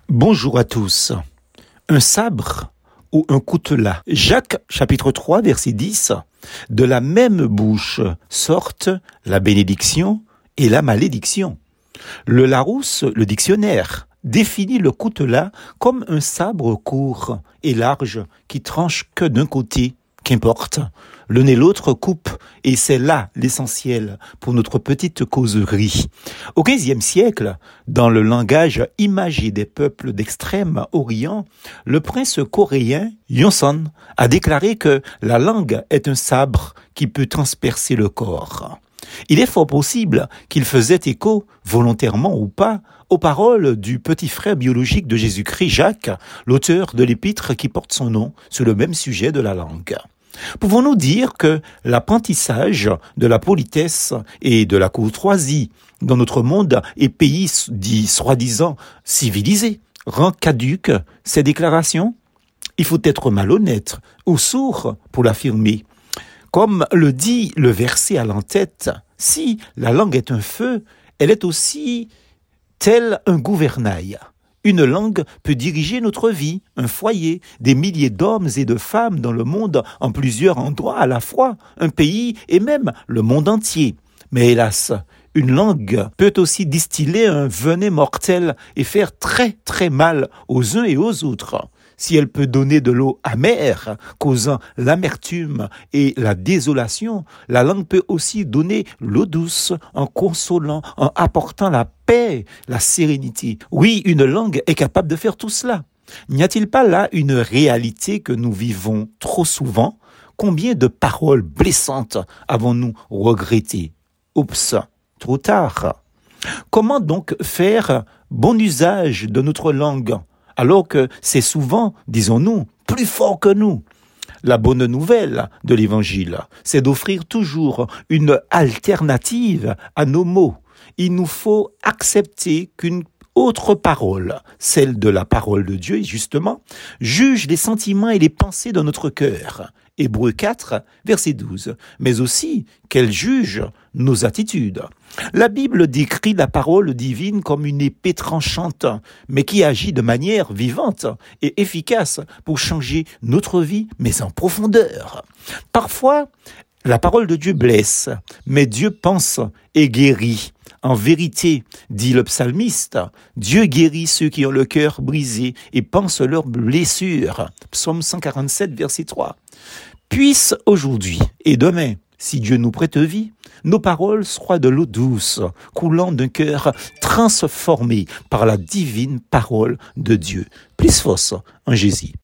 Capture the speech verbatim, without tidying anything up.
Bonjour à tous. Un sabre ou un coutelas. Jacques chapitre trois verset dix. De la même bouche sortent la bénédiction et la malédiction. Le Larousse, le dictionnaire, définit le coutelas comme un sabre court et large qui tranche que d'un côté. Qu'importe, l'un et l'autre coupe, et c'est là l'essentiel pour notre petite causerie. Au quinzième siècle, dans le langage imagé des peuples d'Extrême-Orient, le prince coréen Yonson a déclaré que la langue est un sabre qui peut transpercer le corps. Il est fort possible qu'il faisait écho, volontairement ou pas, aux paroles du petit frère biologique de Jésus-Christ, Jacques, l'auteur de l'épître qui porte son nom sur le même sujet de la langue. Pouvons-nous dire que l'apprentissage de la politesse et de la courtoisie dans notre monde et pays dit soi-disant civilisé rend caduques ces déclarations? Il faut être malhonnête ou sourd pour l'affirmer. Comme le dit le verset à l'entête, si la langue est un feu, elle est aussi tel un gouvernail. Une langue peut diriger notre vie, un foyer, des milliers d'hommes et de femmes dans le monde en plusieurs endroits à la fois, un pays et même le monde entier. Mais hélas, une langue peut aussi distiller un venin mortel et faire très très mal aux uns et aux autres. Si elle peut donner de l'eau amère, causant l'amertume et la désolation, la langue peut aussi donner l'eau douce en consolant, en apportant la paix, la sérénité. Oui, une langue est capable de faire tout cela. N'y a-t-il pas là une réalité que nous vivons trop souvent? Combien de paroles blessantes avons-nous regrettées? Oups, trop tard. Comment donc faire bon usage de notre langue, alors que c'est souvent, disons-nous, plus fort que nous? La bonne nouvelle de l'Évangile, c'est d'offrir toujours une alternative à nos mots. Il nous faut accepter qu'une autre parole, celle de la parole de Dieu, justement, juge les sentiments et les pensées de notre cœur. Hébreux quatre, verset douze. Mais aussi qu'elle juge nos attitudes. La Bible décrit la parole divine comme une épée tranchante, mais qui agit de manière vivante et efficace pour changer notre vie, mais en profondeur. Parfois, la parole de Dieu blesse, mais Dieu pense et guérit. En vérité, dit le psalmiste, Dieu guérit ceux qui ont le cœur brisé et pense leurs blessures. Psaume cent quarante-sept, verset trois. Puisse aujourd'hui et demain, si Dieu nous prête vie, nos paroles soient de l'eau douce, coulant d'un cœur transformé par la divine parole de Dieu. Plus force en Jésus.